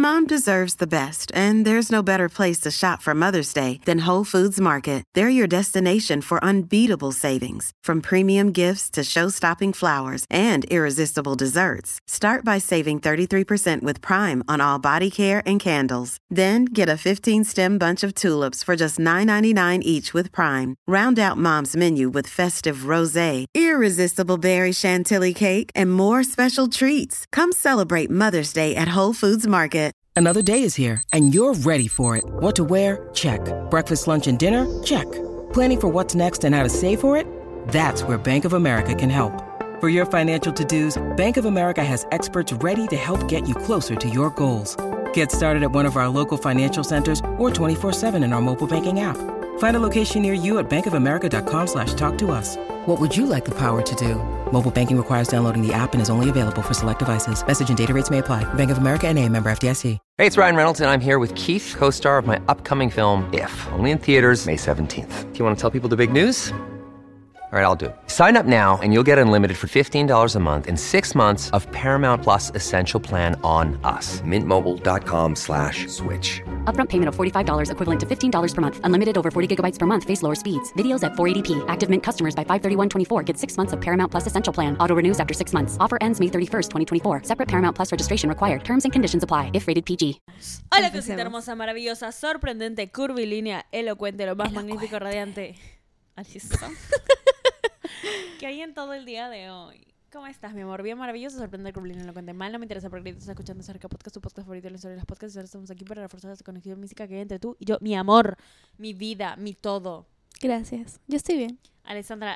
Mom deserves the best, and there's no better place to shop for Mother's Day than Whole Foods Market. They're your destination for unbeatable savings, from premium gifts to show-stopping flowers and irresistible desserts. Start by saving 33% with Prime on all body care and candles. Then get a 15-stem bunch of tulips for just $9.99 each with Prime. Round out Mom's menu with festive rosé, irresistible berry chantilly cake, and more special treats. Come celebrate Mother's Day at Whole Foods Market. Another day is here, and you're ready for it. What to wear? Check. Breakfast, lunch, and dinner? Check. Planning for what's next and how to save for it? That's where Bank of America can help. For your financial to-dos, Bank of America has experts ready to help get you closer to your goals. Get started at one of our local financial centers or 24/7 in our mobile banking app. Find a location near you at bankofamerica.com/talktous. What would you like the power to do? Mobile banking requires downloading the app and is only available for select devices. Message and data rates may apply. Bank of America N.A., member FDIC. Hey, it's Ryan Reynolds, and I'm here with Keith, co-star of my upcoming film, If, only in theaters May 17th. Do you want to tell people the big news? All right, I'll do it. Sign up now and you'll get unlimited for $15 a month and 6 months of Paramount Plus Essential Plan on us. MintMobile.com/switch. Upfront payment of $45 equivalent to $15 per month. Unlimited over 40 gigabytes per month. Face lower speeds. Videos at 480p. Active Mint customers by 531.24 get 6 months of Paramount Plus Essential Plan. Auto renews after 6 months. Offer ends May 31st, 2024. Separate Paramount Plus registration required. Terms and conditions apply if rated PG. Hola, cosita hermosa, maravillosa, sorprendente, curvilínea, elocuente, lo más magnífico, radiante. Alisa. ¿Qué hay en todo el día de hoy? ¿Cómo estás, mi amor? Bien, maravilloso, sorprendente, curvilíneo, elocuente. Mal, no me interesa porque estás escuchando Acerca Podcast, tu podcast favorito de la historia de los podcasts. Y ahora estamos aquí para reforzar esa conexión física que hay entre tú y yo. Mi amor, mi vida, mi todo. Gracias, yo estoy bien. Alessandra.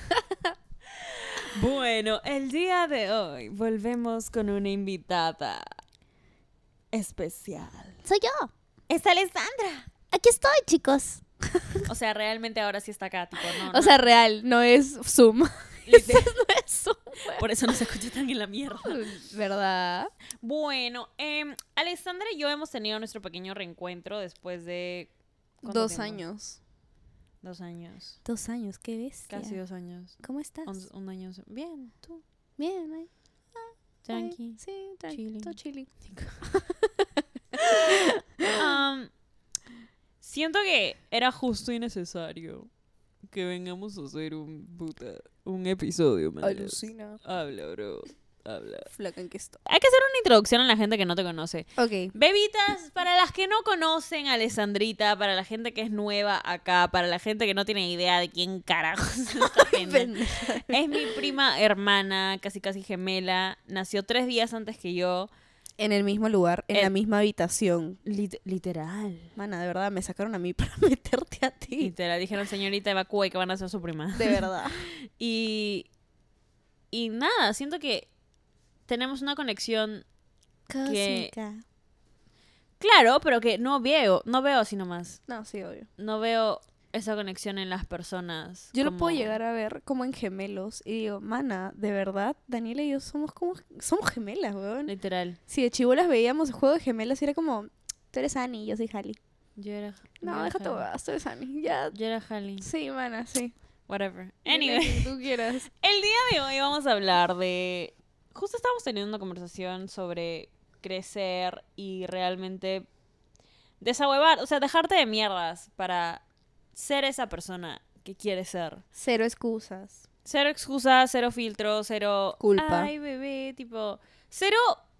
Bueno, el día de hoy volvemos con una invitada especial. Soy yo. Es Alessandra. Aquí estoy, chicos. O sea, realmente ahora sí está acá, tipo, no. O sea, real, no es Zoom. No es Zoom. Por eso no se escucha tan en la mierda. ¿Verdad? Bueno, Alessandra y yo hemos tenido nuestro pequeño reencuentro después de... 2 años. 2 años. 2 años, qué bestia. Casi 2 años. ¿Cómo estás? 1 año. Bien, ¿tú? Bien, ahí. Tranqui. Sí, tranqui. Todo chilling. Siento que era justo y necesario que vengamos a hacer un episodio, man. Alucina. Habla, bro. Habla. Flaca en que estoy. Hay que hacer una introducción a la gente que no te conoce. Ok. Bebitas, para las que no conocen a Alessandrita, para la gente que es nueva acá, para la gente que no tiene idea de quién carajo es esta gente. Es mi prima hermana, casi gemela. Nació 3 días antes que yo. En el mismo lugar, en la misma habitación. Literal. Mana, de verdad, me sacaron a mí para meterte a ti. Literal. Dijeron, señorita, evacúe que van a ser su prima. De verdad. Y nada, siento que tenemos una conexión que... Claro, pero que no veo así nomás. No, sí, obvio. No veo esa conexión en las personas. Yo lo puedo llegar a ver como en gemelos. Y digo, mana, de verdad, Daniela y yo somos gemelas, weón. Literal. Si de chibolas veíamos el juego de gemelas y era como, tú eres Annie, yo soy Hallie. No, déjate huevadas, tú eres Annie. Ya. Yo era Hallie. Sí, mana, sí. Whatever. Anyway. Tú quieras. El día de hoy vamos a hablar de... Justo estábamos teniendo una conversación sobre crecer y realmente desahuevar, o sea, dejarte de mierdas para ser esa persona que quieres ser. Cero excusas. Cero excusas, cero filtros, cero... Culpa. Ay, bebé, tipo... Cero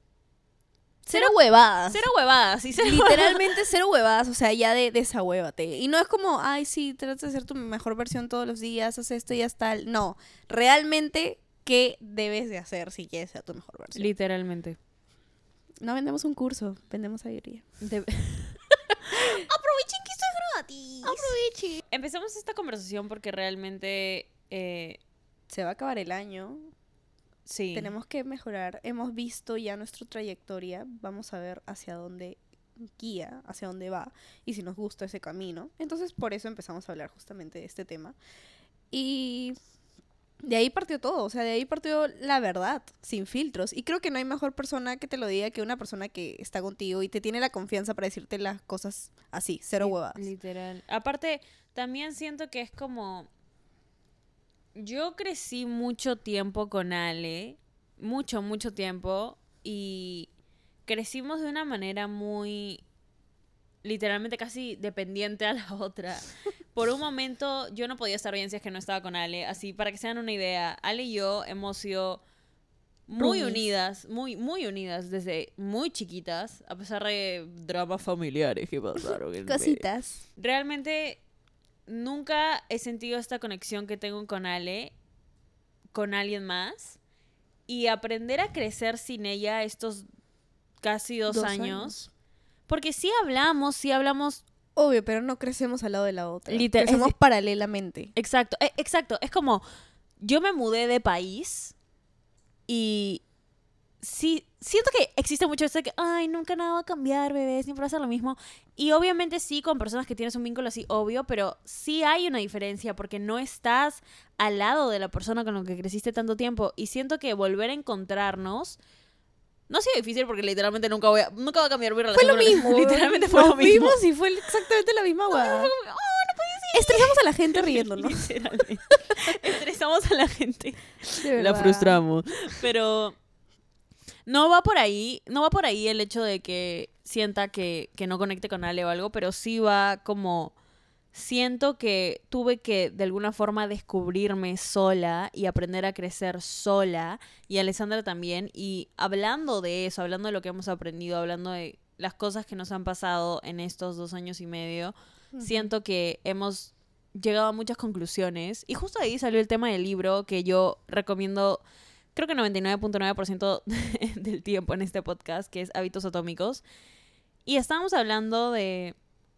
huevadas. Cero huevadas. Y Literalmente cero huevadas. O sea, ya desahuévate. Y no es como, ay, sí, trata de ser tu mejor versión todos los días, haz esto y ya está. No. Realmente, ¿qué debes de hacer si quieres ser tu mejor versión? Literalmente. No vendemos un curso, vendemos sabiduría. Aprovechen que esto es gratis. Aprovechen. Empezamos esta conversación porque realmente... Se va a acabar el año. Sí. Tenemos que mejorar. Hemos visto ya nuestra trayectoria. Vamos a ver hacia dónde guía, hacia dónde va y si nos gusta ese camino. Entonces, por eso empezamos a hablar justamente de este tema. Y de ahí partió todo. O sea, de ahí partió la verdad, sin filtros. Y creo que no hay mejor persona que te lo diga que una persona que está contigo y te tiene la confianza para decirte las cosas así, cero huevadas. Literal. Aparte, también siento que es como... Yo crecí mucho tiempo con Ale, mucho tiempo, y crecimos de una manera muy, literalmente casi dependiente a la otra. Por un momento yo no podía estar bien si es que no estaba con Ale. Así, para que se den una idea, Ale y yo hemos sido muy Roomies. unidas, muy unidas desde muy chiquitas, a pesar de dramas familiares que pasaron. en medio. Cositas. Realmente nunca he sentido esta conexión que tengo con Ale, con alguien más. Y aprender a crecer sin ella estos casi 2 años. Porque sí hablamos. Obvio, pero no crecemos al lado de la otra. Literal- Crecemos es- paralelamente. Exacto. Es como, yo me mudé de país y sí, siento que existe mucho esto de que, ay, nunca nada va a cambiar, bebé, siempre va a ser lo mismo. Y obviamente sí, con personas que tienes un vínculo así, obvio, pero sí hay una diferencia porque no estás al lado de la persona con la que creciste tanto tiempo. Y siento que volver a encontrarnos no ha sido difícil porque literalmente nunca va a cambiar mi relación. Fue lo con mismo. Literalmente fue lo Nos mismo. vimos y fue exactamente la misma hueá. Estresamos a la gente riéndonos. Literalmente. Estresamos a la gente. De La verdad. frustramos. Pero no va por ahí el hecho de que sienta que no conecte con Ale o algo, pero sí va como, siento que tuve que de alguna forma descubrirme sola y aprender a crecer sola, y Alessandra también, y hablando de eso, hablando de lo que hemos aprendido, hablando de las cosas que nos han pasado en estos 2 años y medio, siento que hemos llegado a muchas conclusiones, y justo ahí salió el tema del libro que yo recomiendo, creo que 99.9% del tiempo en este podcast, que es Hábitos Atómicos. Y estábamos hablando de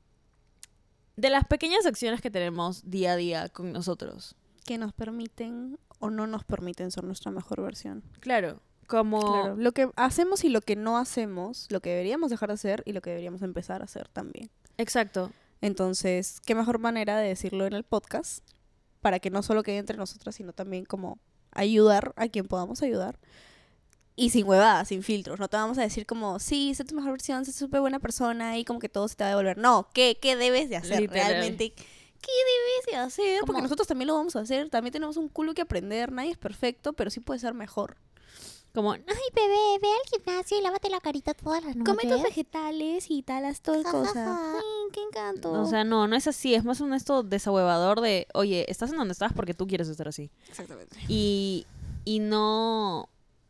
las pequeñas acciones que tenemos día a día con nosotros. Que nos permiten o no nos permiten ser nuestra mejor versión. Claro, como... Claro, lo que hacemos y lo que no hacemos, lo que deberíamos dejar de hacer y lo que deberíamos empezar a hacer también. Exacto. Entonces, qué mejor manera de decirlo en el podcast para que no solo quede entre nosotras, sino también como ayudar a quien podamos ayudar. Y sin huevadas, sin filtros. No te vamos a decir como, sí, sé tu mejor versión, sé súper buena persona y como que todo se te va a devolver. No, ¿qué debes de hacer Literal. realmente? ¿Qué debes de hacer? Como- Porque nosotros también lo vamos a hacer. También tenemos un culo que aprender. Nadie es perfecto, pero sí puede ser mejor. Como, Ay, bebé, ve al gimnasio y lávate la carita todas las noches. Come tus vegetales y tal, haz todo Ja, ja, cosas. ja. Ay, qué encanto. o sea, no es así. Es más un esto desahuevador de, oye, estás en donde estás porque tú quieres estar así. Exactamente. Y no...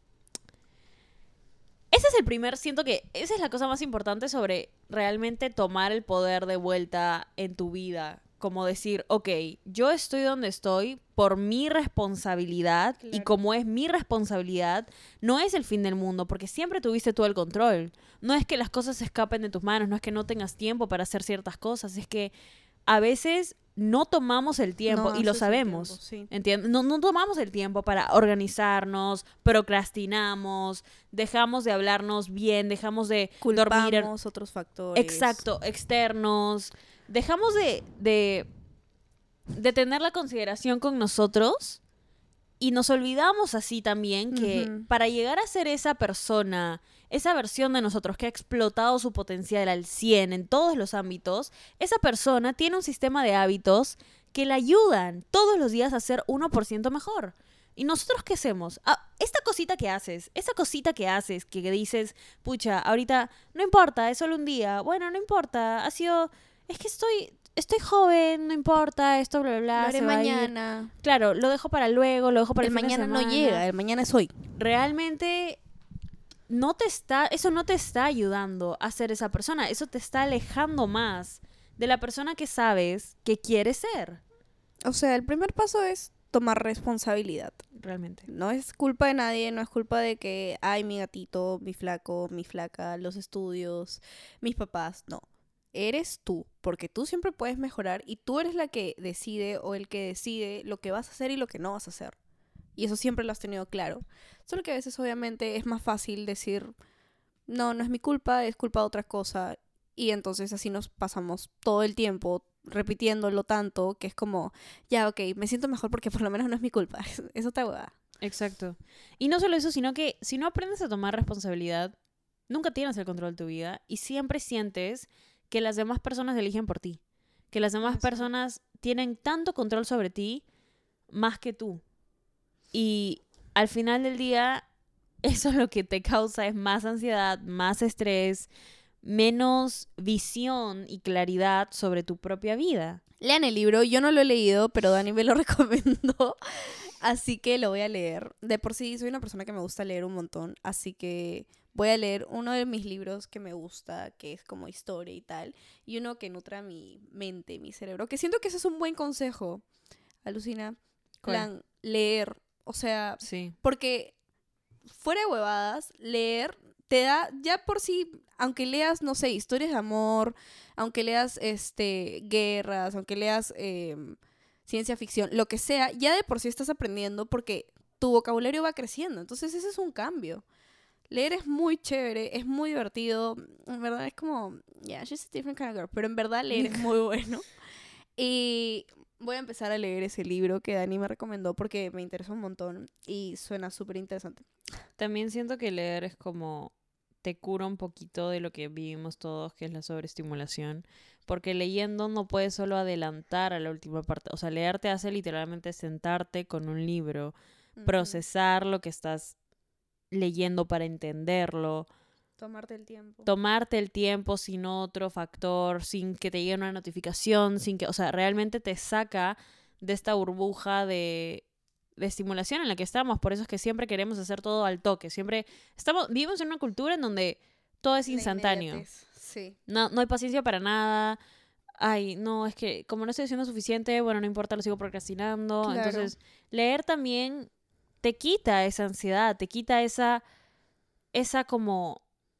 Ese es el primer, siento que esa es la cosa más importante sobre realmente tomar el poder de vuelta en tu vida. Como decir, ok, yo estoy donde estoy por mi responsabilidad, y Claro. como es mi responsabilidad, no es el fin del mundo, porque siempre tuviste tú el control. No es que las cosas se escapen de tus manos, no es que no tengas tiempo para hacer ciertas cosas, es que a veces no tomamos el tiempo No y lo haces el sabemos. tiempo, sí. ¿Entiendes? No tomamos el tiempo para organizarnos, procrastinamos, dejamos de hablarnos bien, dejamos de dormir. Culpamos otros factores. Exacto, externos. Dejamos de tener la consideración con nosotros y nos olvidamos así también que Ujú. para llegar a ser esa persona, esa versión de nosotros que ha explotado su potencial al 100 en todos los ámbitos, esa persona tiene un sistema de hábitos que le ayudan todos los días a ser 1% mejor. ¿Y nosotros qué hacemos? Esta cosita que haces, esa cosita que haces, que dices, pucha, ahorita no importa, es solo un día. Bueno, no importa, ha sido... Es que estoy joven, no importa, esto, bla, bla, bla. Lo haré se va a ir. mañana. Claro, lo dejo para luego, lo dejo para El el fin de mañana no semana. llega, el mañana es hoy. Realmente eso no te está ayudando a ser esa persona. Eso te está alejando más de la persona que sabes que quieres ser. O sea, el primer paso es tomar responsabilidad. Realmente. No es culpa de nadie, no es culpa de que, ay, mi gatito, mi flaco, mi flaca, los estudios, mis papás. No. Eres tú, porque tú siempre puedes mejorar y tú eres la que decide o el que decide lo que vas a hacer y lo que no vas a hacer. Y eso siempre lo has tenido claro. Solo que a veces obviamente es más fácil decir, no es mi culpa, es culpa de otra cosa. Y entonces así nos pasamos todo el tiempo repitiéndolo tanto que es como, ya, ok, me siento mejor porque por lo menos no es mi culpa. Eso te hueva. Exacto. Y no solo eso, sino que si no aprendes a tomar responsabilidad, nunca tienes el control de tu vida y siempre sientes que las demás personas eligen por ti. Que las demás personas tienen tanto control sobre ti más que tú. Y al final del día, eso lo que te causa es más ansiedad, más estrés, menos visión y claridad sobre tu propia vida. Lean el libro, yo no lo he leído, pero Dani me lo recomendó, así que lo voy a leer. De por sí soy una persona que me gusta leer un montón, así que voy a leer uno de mis libros que me gusta, que es como historia y tal, y uno que nutra mi mente, mi cerebro, que siento que ese es un buen consejo, alucina, plan, leer, o sea, Sí. porque fuera de huevadas, leer te da, ya por sí, aunque leas, no sé, historias de amor, aunque leas guerras, aunque leas ciencia ficción, lo que sea, ya de por sí estás aprendiendo porque tu vocabulario va creciendo. Entonces ese es un cambio. Leer es muy chévere, es muy divertido. En verdad es como, yeah, she's a different kind of girl. Pero en verdad leer es muy bueno. Y voy a empezar a leer ese libro que Dani me recomendó porque me interesa un montón y suena súper interesante. También siento que leer es como te cura un poquito de lo que vivimos todos, que es la sobreestimulación, porque leyendo no puedes solo adelantar a la última parte, o sea, leer te hace literalmente sentarte con un libro, procesar lo que estás leyendo para entenderlo, Tomarte el tiempo. tomarte el tiempo sin otro factor, sin que te llegue una notificación, sin que, o sea, realmente te saca de esta burbuja de estimulación en la que estamos. Por eso es que siempre queremos hacer todo al toque. Siempre vivimos en una cultura en donde todo es instantáneo. Sí. No hay paciencia para nada. Ay, no, es que como no estoy haciendo suficiente, bueno, no importa, lo sigo procrastinando. Claro. Entonces, leer también te quita esa ansiedad, te quita esa como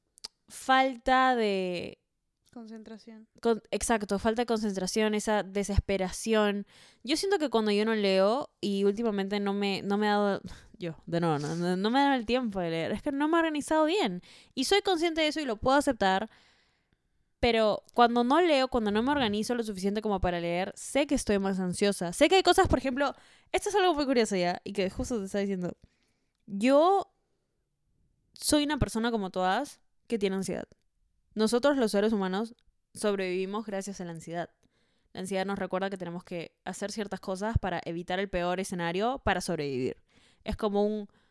falta de... Concentración. Exacto, falta de concentración, esa desesperación. Yo siento que cuando yo no leo, y últimamente no me he dado, yo, de nuevo, no me he dado el tiempo de leer, es que no me he organizado bien. Y soy consciente de eso y lo puedo aceptar, pero cuando no leo, cuando no me organizo lo suficiente como para leer, sé que estoy más ansiosa. Sé que hay cosas, por ejemplo, esto es algo muy curioso ya, y que justo te estaba diciendo. Yo soy una persona como todas que tiene ansiedad. Nosotros los seres humanos sobrevivimos gracias a la ansiedad. La ansiedad nos recuerda que tenemos que hacer ciertas cosas para evitar el peor escenario para sobrevivir. Es como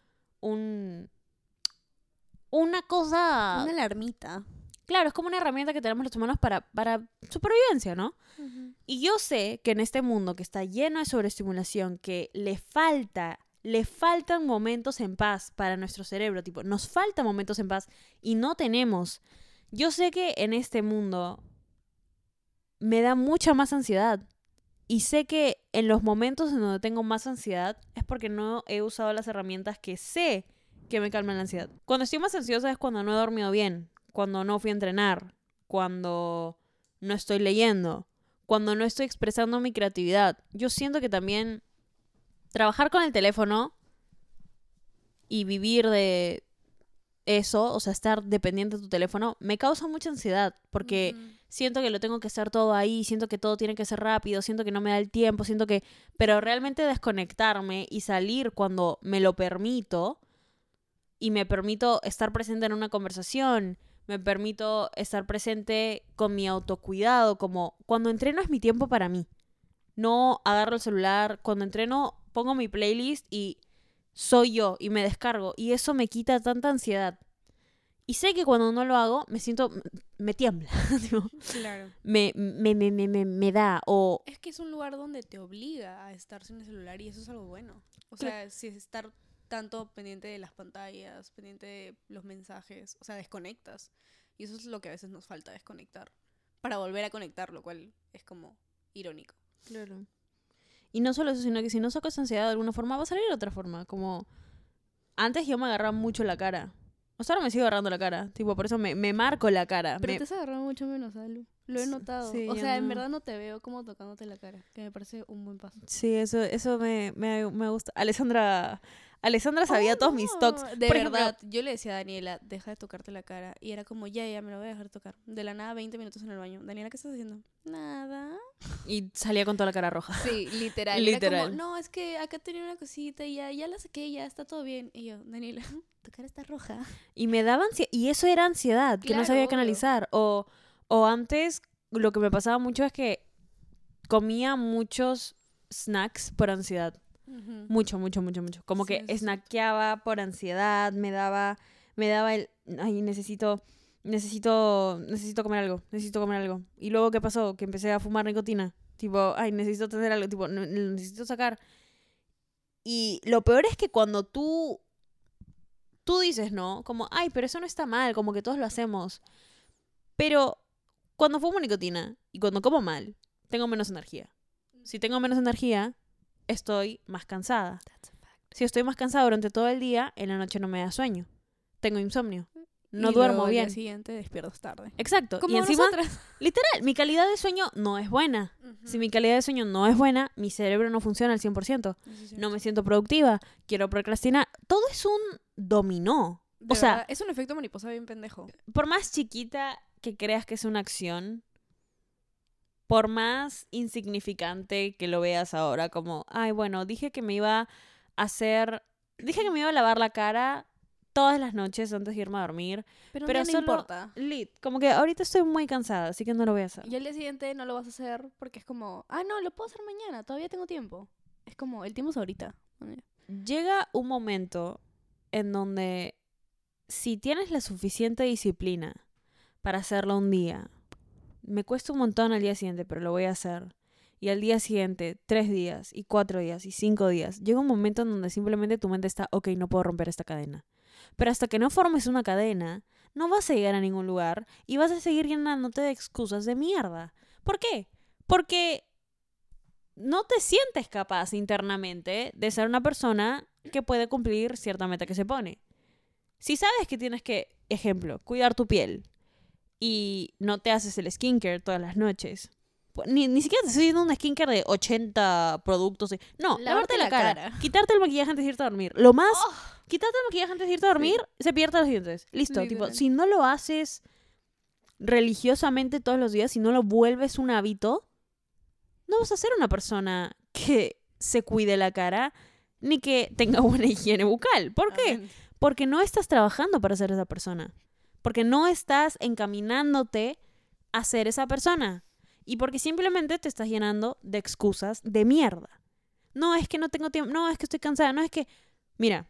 una cosa... Una alarmita. Claro, es como una herramienta que tenemos los humanos para supervivencia, ¿no? Y yo sé que en este mundo que está lleno de sobreestimulación, que le faltan momentos en paz para nuestro cerebro, tipo, nos faltan momentos en paz y no tenemos. Yo sé que en este mundo me da mucha más ansiedad y sé que en los momentos en donde tengo más ansiedad es porque no he usado las herramientas que sé que me calman la ansiedad. Cuando estoy más ansiosa es cuando no he dormido bien, cuando no fui a entrenar, cuando no estoy leyendo, cuando no estoy expresando mi creatividad. Yo siento que también trabajar con el teléfono y vivir de eso, o sea, estar dependiente de tu teléfono, me causa mucha ansiedad porque siento que lo tengo que hacer todo ahí, siento que todo tiene que ser rápido, siento que no me da el tiempo, pero realmente desconectarme y salir cuando me lo permito y me permito estar presente en una conversación, me permito estar presente con mi autocuidado, como cuando entreno es mi tiempo para mí. No agarro el celular, cuando entreno pongo mi playlist y soy yo y me descargo y eso me quita tanta ansiedad. Y sé que cuando no lo hago me tiembla, Claro. me da o... Es que es un lugar donde te obliga a estar sin el celular y eso es algo bueno. O sea, si es estar tanto pendiente de las pantallas, pendiente de los mensajes, o sea, desconectas. Y eso es lo que a veces nos falta, desconectar. Para volver a conectar, lo cual es como irónico. Claro. Y no solo eso, sino que si no sacas ansiedad de alguna forma, va a salir de otra forma. Como antes yo me agarraba mucho la cara. O sea, ahora me sigo agarrando la cara. Tipo, por eso me marco la cara. Pero te has agarrado mucho menos, Alu. Lo he notado. Sí, o ya sea, en no. verdad no te veo como tocándote la cara. Que me parece un buen paso. Sí, eso me gusta. Alessandra sabía todos mis tocs. De Por verdad, ejemplo, yo le decía a Daniela, deja de tocarte la cara. Y era como, ya, me lo voy a dejar tocar. De la nada, 20 minutos en el baño. Daniela, ¿qué estás haciendo? Nada. y salía con toda la cara roja. Sí, literal. Literal. Era como, no, es que acá tenía una cosita y ya la saqué, ya está todo bien. Y yo, Daniela, tu cara está roja. Y me daba ansiedad. Y eso era ansiedad, que no Claro, sabía obvio. canalizar. O antes, lo que me pasaba mucho es que comía muchos snacks por ansiedad. Mucho. Como Sí, que eso es snackeaba por ansiedad, me daba el, ay, necesito comer algo. Y luego, ¿qué pasó? Que empecé a fumar nicotina. Tipo, ay, necesito tener algo, tipo, necesito sacar. Y lo peor es que cuando tú dices, ¿no? Como, ay, pero eso no está mal, como que todos lo hacemos. Pero cuando fumo nicotina y cuando como mal, tengo menos energía. Si tengo menos energía, estoy más cansada. Si estoy más cansada durante todo el día, en la noche no me da sueño. Tengo insomnio. No Y duermo luego bien. Al día siguiente despiertas tarde. Exacto. Como Y encima, nosotras. literal, mi calidad de sueño no es buena. Si mi calidad de sueño no es buena, mi cerebro no funciona al 100%. No me siento productiva, quiero procrastinar. Todo es un dominó. De O sea, verdad, es un efecto mariposa bien pendejo. por más chiquita que creas que es una acción, por más insignificante que lo veas ahora, como, ay, bueno, dije que me iba a lavar la cara todas las noches antes de irme a dormir, Pero, pero un día solo, no importa. como que ahorita estoy muy cansada, así que no lo voy a hacer. Y al día siguiente no lo vas a hacer porque es como, no, lo puedo hacer mañana, todavía tengo tiempo. Es como, el tiempo es ahorita. Llega un momento en donde si tienes la suficiente disciplina para hacerlo un día, me cuesta un montón al día siguiente, pero lo voy a hacer. Y al día siguiente, 3 días, y 4 días, y 5 días, llega un momento en donde simplemente tu mente está, ok, no puedo romper esta cadena. Pero hasta que no formes una cadena, no vas a llegar a ningún lugar y vas a seguir llenándote de excusas de mierda. ¿Por qué? Porque no te sientes capaz internamente de ser una persona que puede cumplir cierta meta que se pone. Si sabes que tienes que, ejemplo, cuidar tu piel y no te haces el skincare todas las noches, ni siquiera te estoy diciendo un skincare de 80 productos. No, lavarte la cara. Quitarte el maquillaje antes de irte a dormir. Lo más, quitarte el maquillaje antes de irte a dormir, se pierden los dientes. Listo, tipo, Literal. si no lo haces religiosamente todos los días, si no lo vuelves un hábito, no vas a ser una persona que se cuide la cara ni que tenga buena higiene bucal. ¿Por qué? Amén. Porque no estás trabajando para ser esa persona. Porque no estás encaminándote a ser esa persona. Y porque simplemente te estás llenando de excusas de mierda. No, es que no tengo tiempo. No, es que estoy cansada. No, es que... Mira,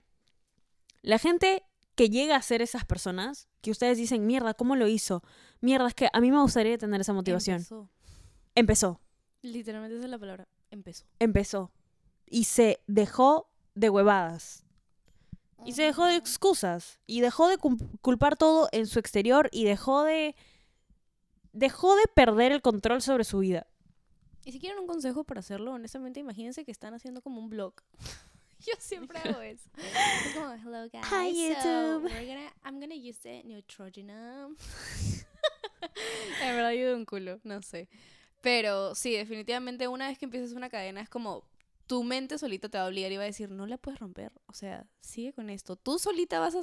la gente que llega a ser esas personas, que ustedes dicen, mierda, ¿cómo lo hizo? Mierda, es que a mí me gustaría tener esa motivación. Empezó. Literalmente esa es la palabra. Empezó. Y se dejó de huevadas. Y se dejó de excusas. Y dejó de culpar todo en su exterior. Y dejó de perder el control sobre su vida. Y si quieren un consejo para hacerlo, honestamente, imagínense que están haciendo como un blog. Yo siempre hago eso. Es como, hello guys. Hi, YouTube. I'm gonna use the Neutrogena. En verdad ayuda un culo, no sé. Pero sí, definitivamente una vez que empiezas una cadena es como tu mente solita te va a obligar y va a decir, no la puedes romper. O sea, sigue con esto. Tú solito vas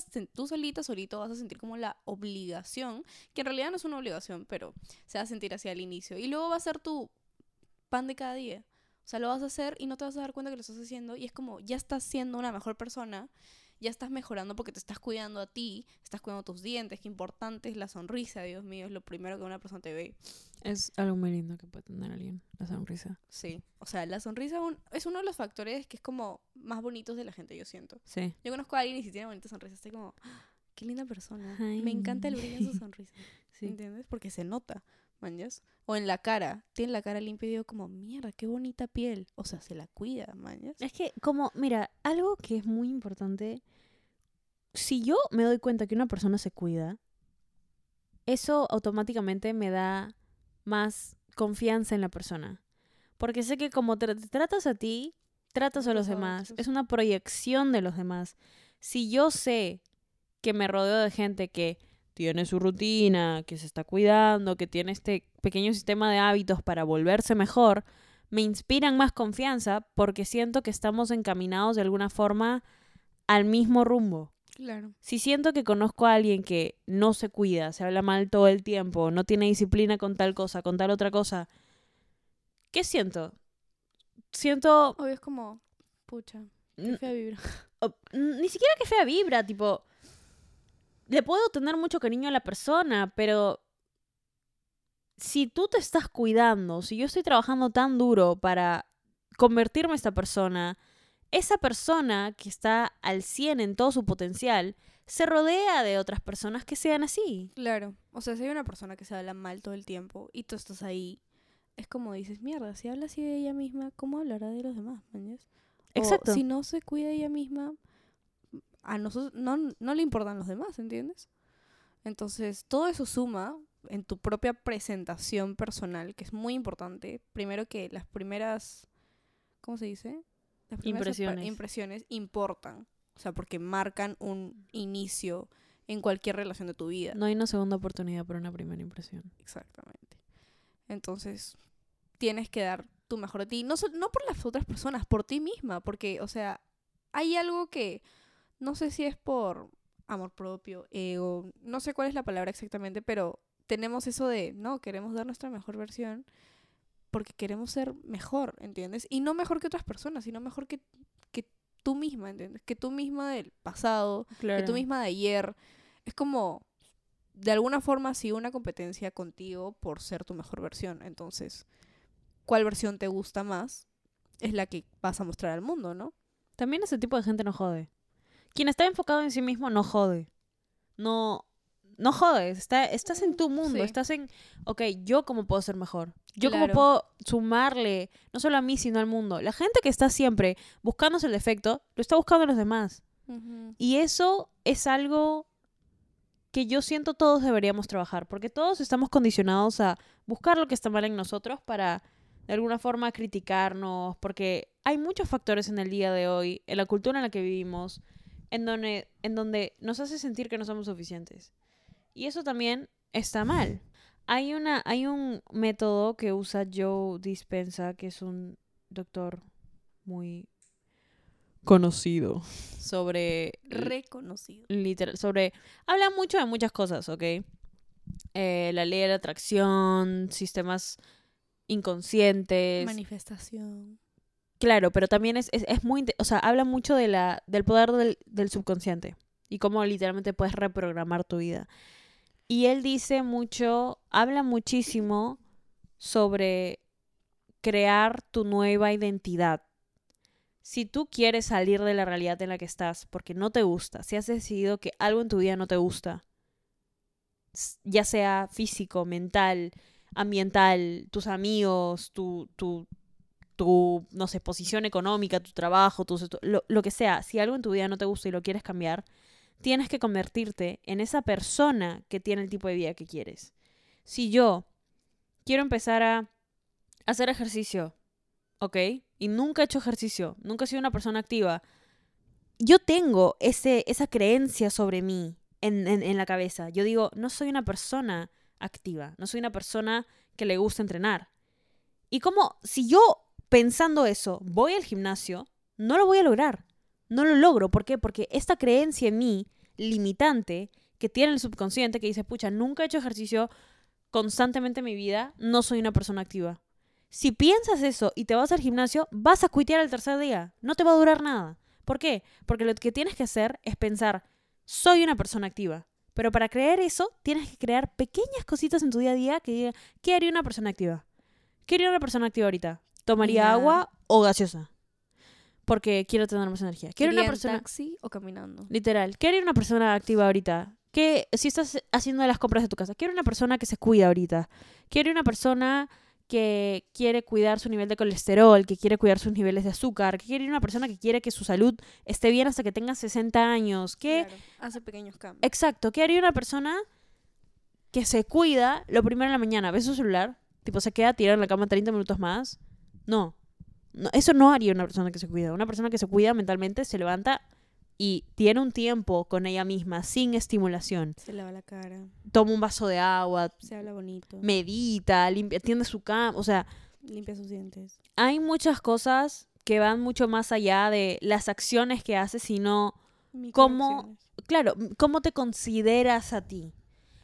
a sentir como la obligación, que en realidad no es una obligación, pero se va a sentir hacia el inicio. Y luego va a ser tu pan de cada día. O sea, lo vas a hacer y no te vas a dar cuenta que lo estás haciendo. Y es como, ya estás siendo una mejor persona. Ya estás mejorando porque te estás cuidando a ti. Estás cuidando tus dientes. Qué importante es la sonrisa, Dios mío. Es lo primero que una persona te ve. Es algo muy lindo que puede tener alguien, la sonrisa. Sí. O sea, la sonrisa es uno de los factores que es como más bonitos de la gente, yo siento. Sí. Yo conozco a alguien y si tiene bonita sonrisa, estoy como, ¡ah! Qué linda persona. Ay. Me encanta el brillo en su sonrisa. Sí. ¿Entiendes? Porque se nota, ¿mañas? O en la cara. Tiene la cara limpia y digo como, mierda, qué bonita piel. O sea, se la cuida, ¿mañas? Es que, como, mira, algo que es muy importante, si yo me doy cuenta que una persona se cuida, eso automáticamente me da más confianza en la persona. Porque sé que como te tratas a ti, tratas a los demás. Es una proyección de los demás. Si yo sé que me rodeo de gente que tiene su rutina, que se está cuidando, que tiene este pequeño sistema de hábitos para volverse mejor, me inspiran más confianza porque siento que estamos encaminados de alguna forma al mismo rumbo. Claro. Si siento que conozco a alguien que no se cuida, se habla mal todo el tiempo, no tiene disciplina con tal cosa, con tal otra cosa, ¿qué siento? Siento... Obvio es como, pucha, qué fea vibra. Ni siquiera que fea vibra, tipo... Le puedo tener mucho cariño a la persona, pero... Si tú te estás cuidando, si yo estoy trabajando tan duro para convertirme en esta persona, esa persona que está al 100 en todo su potencial se rodea de otras personas que sean así. Claro. O sea, si hay una persona que se habla mal todo el tiempo y tú estás ahí, es como dices, mierda, si habla así de ella misma, ¿cómo hablará de los demás, mañas? Exacto. O si no se cuida ella misma, a nosotros no le importan los demás, ¿entiendes? Entonces, todo eso suma en tu propia presentación personal, que es muy importante. Primero que las primeras, ¿cómo se dice? Las primeras impresiones importan. O sea, porque marcan un inicio en cualquier relación de tu vida. No hay una segunda oportunidad para una primera impresión. Exactamente. Entonces, tienes que dar tu mejor de ti. No por las otras personas, por ti misma. Porque, o sea, hay algo que no sé si es por amor propio, ego, no sé cuál es la palabra exactamente, pero tenemos eso de, no, queremos dar nuestra mejor versión porque queremos ser mejor, ¿entiendes? Y no mejor que otras personas, sino mejor que tú misma, ¿entiendes? Que tú misma del pasado, que tú misma de ayer. Es como, de alguna forma, sí, una competencia contigo por ser tu mejor versión. Entonces, ¿cuál versión te gusta más? Es la que vas a mostrar al mundo, ¿no? También ese tipo de gente no jode. Quien está enfocado en sí mismo no jode. No jodes. Estás en tu mundo. Sí. Estás en, ok, ¿yo cómo puedo ser mejor? ¿Yo Claro. cómo puedo sumarle, no solo a mí, sino al mundo? La gente que está siempre buscándose el defecto, lo está buscando a los demás. Ujú. Y eso es algo que yo siento todos deberíamos trabajar. Porque todos estamos condicionados a buscar lo que está mal en nosotros para, de alguna forma, criticarnos. Porque hay muchos factores en el día de hoy, en la cultura en la que vivimos, en donde nos hace sentir que no somos suficientes. Y eso también está mal. Hay un método que usa Joe Dispenza, que es un doctor muy conocido sobre Reconocido. habla mucho de muchas cosas, ¿ok? La ley de la atracción, sistemas inconscientes. Manifestación. Claro, pero también es muy... O sea, habla mucho del poder del subconsciente y cómo literalmente puedes reprogramar tu vida. Y él habla muchísimo sobre crear tu nueva identidad. Si tú quieres salir de la realidad en la que estás porque no te gusta, si has decidido que algo en tu vida no te gusta, ya sea físico, mental, ambiental, tus amigos, tu no sé, posición económica, tu trabajo, lo que sea, si algo en tu vida no te gusta y lo quieres cambiar, tienes que convertirte en esa persona que tiene el tipo de vida que quieres. Si yo quiero empezar a hacer ejercicio, ¿ok? Y nunca he hecho ejercicio, nunca he sido una persona activa, yo tengo esa creencia sobre mí en la cabeza. Yo digo, no soy una persona activa, no soy una persona que le gusta entrenar. Y como si yo pensando eso voy al gimnasio, no lo voy a lograr. No lo logro. ¿Por qué? Porque esta creencia en mí, limitante, que tiene el subconsciente, que dice, pucha, nunca he hecho ejercicio constantemente en mi vida, no soy una persona activa. Si piensas eso y te vas al gimnasio, vas a cuitear el tercer día. No te va a durar nada. ¿Por qué? Porque lo que tienes que hacer es pensar, soy una persona activa. Pero para creer eso, tienes que crear pequeñas cositas en tu día a día que digan, ¿qué haría una persona activa? ¿Qué haría una persona activa ahorita? ¿Tomaría Caminar. agua o gaseosa? Porque quiero tener más energía. ¿Qué haría ¿Iría una en persona taxi o caminando? literal? ¿Qué haría una persona activa ahorita? Que si estás haciendo las compras de tu casa, ¿qué haría una persona que se cuida ahorita? ¿Qué haría una persona que quiere cuidar su nivel de colesterol, que quiere cuidar sus niveles de azúcar? ¿Qué quiere una persona que quiere que su salud esté bien hasta que tenga 60 años? ¿Qué? Claro, hace pequeños cambios. Exacto. ¿Qué haría una persona que se cuida lo primero en la mañana? ¿Ves su celular? Tipo, se queda tirado en la cama 30 minutos más. No, eso no haría una persona que se cuida. Una persona que se cuida mentalmente se levanta y tiene un tiempo con ella misma, sin estimulación. Se lava la cara, Toma un vaso de agua, se habla bonito, medita, limpia, tiende su cama. O sea, limpia sus dientes. hay muchas cosas que van mucho más allá de las acciones que haces, sino cómo, Microacciones. claro, cómo te consideras a ti.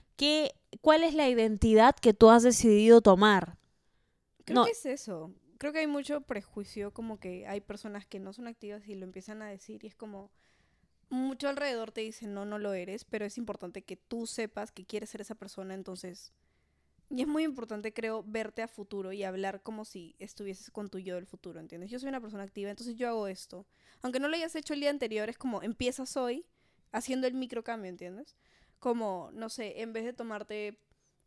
¿Cuál es la identidad que tú has decidido tomar? Creo No. que es eso. Creo que hay mucho prejuicio, como que hay personas que no son activas y lo empiezan a decir y es como mucho alrededor te dicen no lo eres, pero es importante que tú sepas que quieres ser esa persona, entonces Y es muy importante, creo, verte a futuro y hablar como si estuvieses con tu yo del futuro, ¿entiendes? Yo soy una persona activa, entonces yo hago esto. Aunque no lo hayas hecho el día anterior, es como empiezas hoy haciendo el microcambio, ¿entiendes? Como, no sé, en vez de tomarte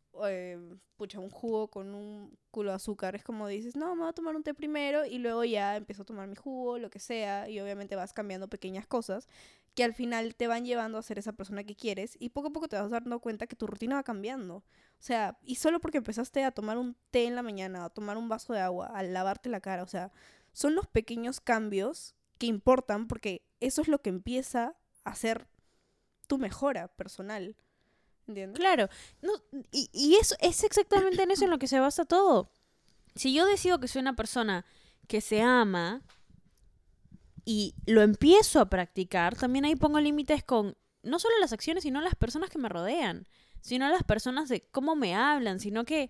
un jugo con un culo de azúcar, es como dices, no, me voy a tomar un té primero y luego ya empiezo a tomar mi jugo, lo que sea, y obviamente vas cambiando pequeñas cosas que al final te van llevando a ser esa persona que quieres y poco a poco te vas dando cuenta que tu rutina va cambiando. O sea, y solo porque empezaste a tomar un té en la mañana, a tomar un vaso de agua, a lavarte la cara, o sea, son los pequeños cambios que importan porque eso es lo que empieza a ser tu mejora personal. ¿Entiendes? Claro, no, y eso es exactamente en eso en lo que se basa todo. Si yo decido que soy una persona que se ama y lo empiezo a practicar, también ahí pongo límites con no solo las acciones, sino las personas que me rodean, sino las personas de cómo me hablan, sino que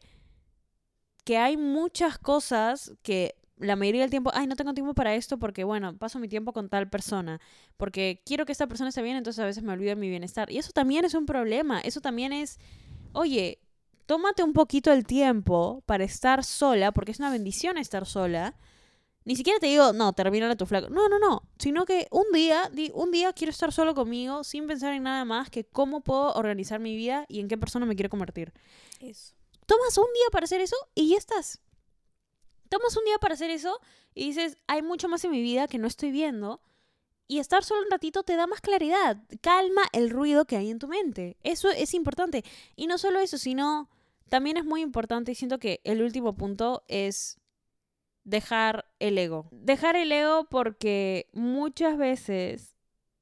hay muchas cosas que la mayoría del tiempo, ay, no tengo tiempo para esto porque, bueno, paso mi tiempo con tal persona, porque quiero que esta persona esté bien, entonces a veces me olvido de mi bienestar. Y eso también es un problema, eso también es, oye, tómate un poquito el tiempo para estar sola, porque es una bendición estar sola. Ni siquiera te digo, no, termínale tu flaco. No, sino que un día quiero estar solo conmigo sin pensar en nada más que cómo puedo organizar mi vida y en qué persona me quiero convertir. Eso. Tomas un día para hacer eso y ya estás. Tomas un día para hacer eso y dices, hay mucho más en mi vida que no estoy viendo. Y estar solo un ratito te da más claridad. Calma el ruido que hay en tu mente. Eso es importante. Y no solo eso, sino también es muy importante, y siento que el último punto es dejar el ego. Dejar el ego porque muchas veces,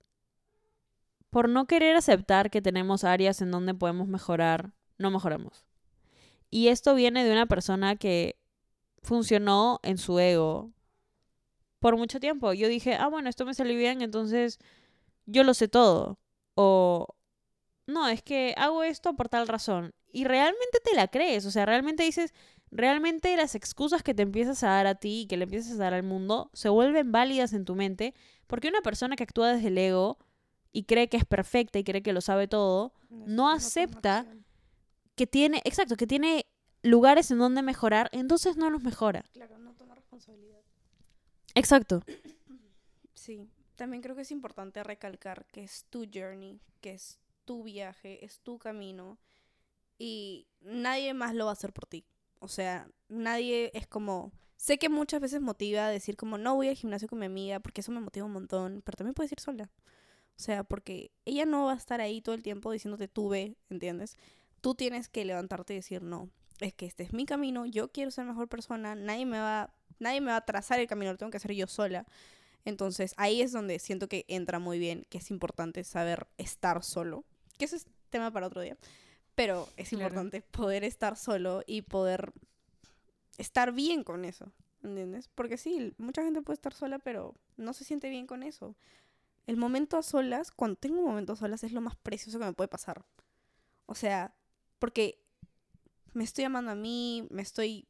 por no querer aceptar que tenemos áreas en donde podemos mejorar, no mejoramos. Y esto viene de una persona que funcionó en su ego por mucho tiempo. Yo dije, bueno, esto me salió bien, entonces yo lo sé todo. O, no, es que hago esto por tal razón. Y realmente te la crees, o sea, realmente dices, realmente las excusas que te empiezas a dar a ti y que le empiezas a dar al mundo se vuelven válidas en tu mente, porque una persona que actúa desde el ego y cree que es perfecta y cree que lo sabe todo, no acepta que tiene lugares en donde mejorar, entonces no los mejora. Claro, no toma responsabilidad. Exacto. Sí, también creo que es importante recalcar que es tu journey, que es tu viaje, es tu camino y nadie más lo va a hacer por ti. O sea, nadie es como... Sé que muchas veces motiva a decir como no voy al gimnasio con mi amiga porque eso me motiva un montón, pero también puedes ir sola. O sea, porque ella no va a estar ahí todo el tiempo diciéndote tú ve, ¿entiendes? Tú tienes que levantarte y decir no, es que este es mi camino, yo quiero ser mejor persona, nadie me va a trazar el camino, lo tengo que hacer yo sola. Entonces ahí es donde siento que entra muy bien, que es importante saber estar solo, que ese es tema para otro día, pero es importante poder estar solo y poder estar bien con eso, ¿entiendes? Porque sí, mucha gente puede estar sola, pero no se siente bien con eso. El momento a solas, cuando tengo un momento a solas, es lo más precioso que me puede pasar. O sea, porque me estoy amando a mí, me estoy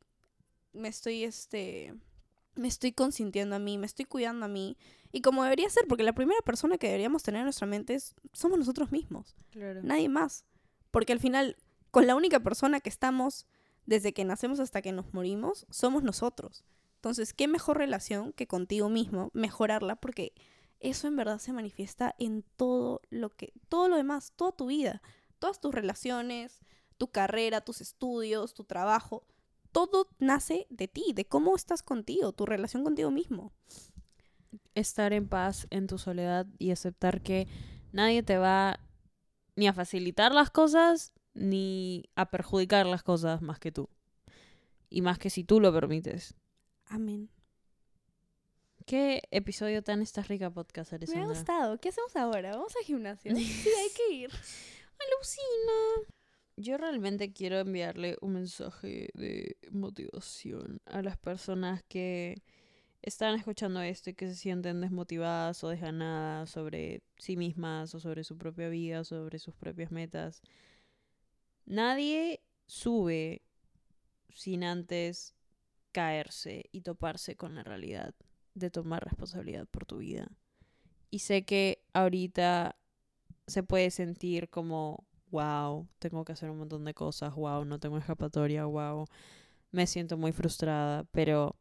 consintiendo a mí, me estoy cuidando a mí. Y como debería ser, porque la primera persona que deberíamos tener en nuestra mente somos nosotros mismos. Claro. Nadie más. Porque al final, con la única persona que estamos desde que nacemos hasta que nos morimos, somos nosotros. Entonces, ¿qué mejor relación que contigo mismo mejorarla? Porque eso en verdad se manifiesta en todo lo demás, toda tu vida, todas tus relaciones, tu carrera, tus estudios, tu trabajo. Todo nace de ti, de cómo estás contigo, tu relación contigo mismo. Estar en paz en tu soledad y aceptar que nadie te va ni a facilitar las cosas ni a perjudicar las cosas más que tú. Y más que si tú lo permites. Amén. ¿Qué episodio tan Estás Rica podcast, Me Alessandra? ha gustado. ¿Qué hacemos ahora? ¿Vamos al gimnasio? Sí, hay que ir. Alucina. Yo realmente quiero enviarle un mensaje de motivación a las personas que están escuchando esto y que se sienten desmotivadas o desganadas sobre sí mismas o sobre su propia vida, sobre sus propias metas. Nadie sube sin antes caerse y toparse con la realidad de tomar responsabilidad por tu vida. Y sé que ahorita se puede sentir como wow, tengo que hacer un montón de cosas, wow, no tengo escapatoria, wow, me siento muy frustrada, pero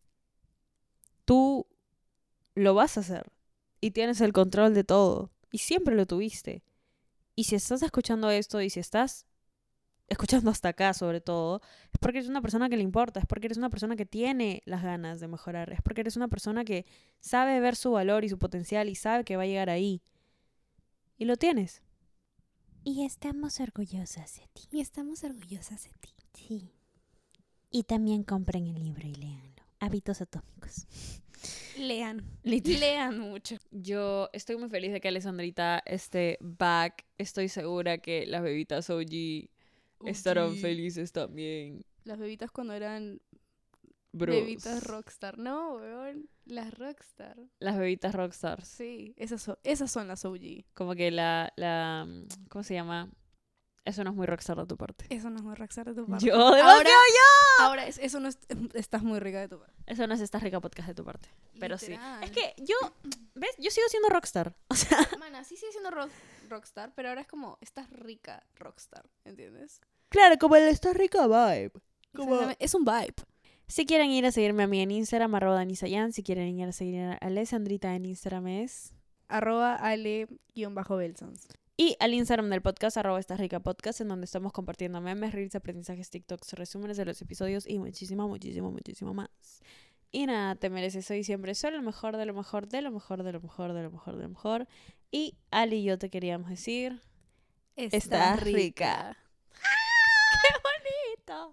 tú lo vas a hacer y tienes el control de todo y siempre lo tuviste. Y si estás escuchando esto y si estás escuchando hasta acá sobre todo, es porque eres una persona que le importa, es porque eres una persona que tiene las ganas de mejorar, es porque eres una persona que sabe ver su valor y su potencial y sabe que va a llegar ahí. Y lo tienes. Y estamos orgullosas de ti. Y estamos orgullosas de ti. Sí. Y también compren el libro y léanlo. Hábitos atómicos. Lean mucho. Yo estoy muy feliz de que Alessandrita esté back. Estoy segura que las bebitas OG estarán felices también. Las bebitas cuando eran Bros. bebitas rockstar. No, weón, las rockstar. Las bebitas rockstars. Sí, esas son las OG. Como que ¿cómo se llama? Eso no es muy rockstar de tu parte. Eso no es muy rockstar de tu parte. Yo, Ahora eso no es, estás muy rica de tu parte. Eso no es esta rica podcast de tu parte. Pero Literal. sí. Es que ¿ves? Yo sigo siendo rockstar. O sea, Mana, sí sigue siendo rockstar, pero ahora es como, estás rica rockstar, ¿entiendes? claro, como el esta rica vibe. Exactamente, es un vibe. Si quieren ir a seguirme a mí en Instagram, @danisayan. Si quieren ir a seguir a Alessandrita en Instagram es... @ale_belsons. Y al Instagram del podcast, @estasricapodcast, en donde estamos compartiendo memes, reels, aprendizajes, TikToks, resúmenes de los episodios y muchísimo, muchísimo, muchísimo más. Y nada, te mereces hoy siempre solo lo mejor, de lo mejor, de lo mejor, de lo mejor, de lo mejor, de lo mejor. Y Ali y yo te queríamos decir... Estás rica. ¡Qué bonito!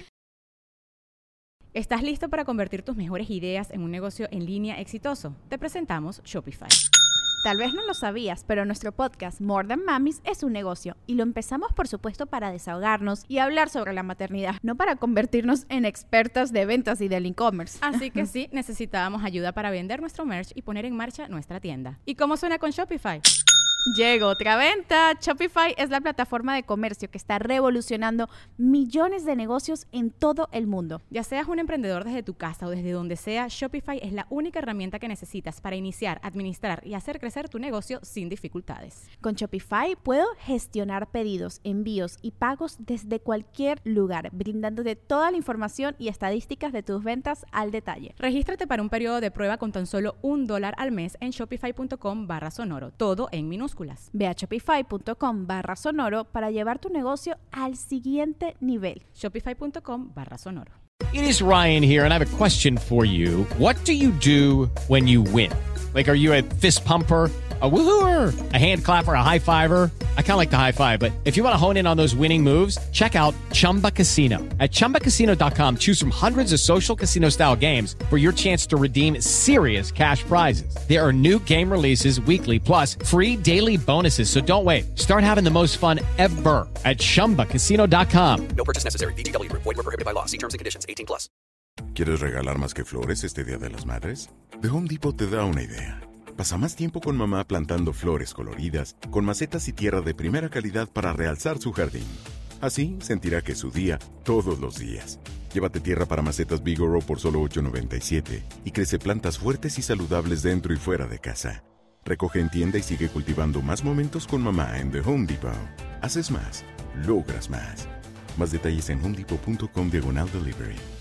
¿Estás listo para convertir tus mejores ideas en un negocio en línea exitoso? Te presentamos Shopify. Tal vez no lo sabías, pero nuestro podcast More Than Mamis es un negocio y lo empezamos por supuesto para desahogarnos y hablar sobre la maternidad, no para convertirnos en expertas de ventas y del e-commerce. Así que sí, necesitábamos ayuda para vender nuestro merch y poner en marcha nuestra tienda. ¿Y cómo suena con Shopify? Llegó otra venta. Shopify es la plataforma de comercio que está revolucionando millones de negocios en todo el mundo. Ya seas un emprendedor desde tu casa o desde donde sea, Shopify es la única herramienta que necesitas para iniciar, administrar y hacer crecer tu negocio sin dificultades. Con Shopify puedo gestionar pedidos, envíos y pagos desde cualquier lugar, brindándote toda la información y estadísticas de tus ventas al detalle. Regístrate para un periodo de prueba con tan solo $1 al mes en shopify.com/sonoro, todo en minúsculas. Ve a shopify.com/sonoro para llevar tu negocio al siguiente nivel. Shopify.com/sonoro. It is Ryan here, and I have a question for you. What do you do when you win? Like, are you a fist pumper, a woohooer, a hand clapper, a high fiver? I kind of like the high five, but if you want to hone in on those winning moves, check out Chumba Casino. At ChumbaCasino.com, choose from hundreds of social casino-style games for your chance to redeem serious cash prizes. There are new game releases weekly, plus free daily bonuses, so don't wait. Start having the most fun ever at ChumbaCasino.com. No purchase necessary. VGW Group. Void where prohibited by law. See terms and conditions. 18+. ¿Quieres regalar más que flores este Día de las Madres? The Home Depot te da una idea. Pasa más tiempo con mamá plantando flores coloridas, con macetas y tierra de primera calidad para realzar su jardín. Así sentirá que es su día todos los días. Llévate tierra para macetas Bigoro por solo $8.97 y crece plantas fuertes y saludables dentro y fuera de casa. Recoge en tienda y sigue cultivando más momentos con mamá en The Home Depot. Haces más, logras más. Más detalles en homedepot.com/delivery.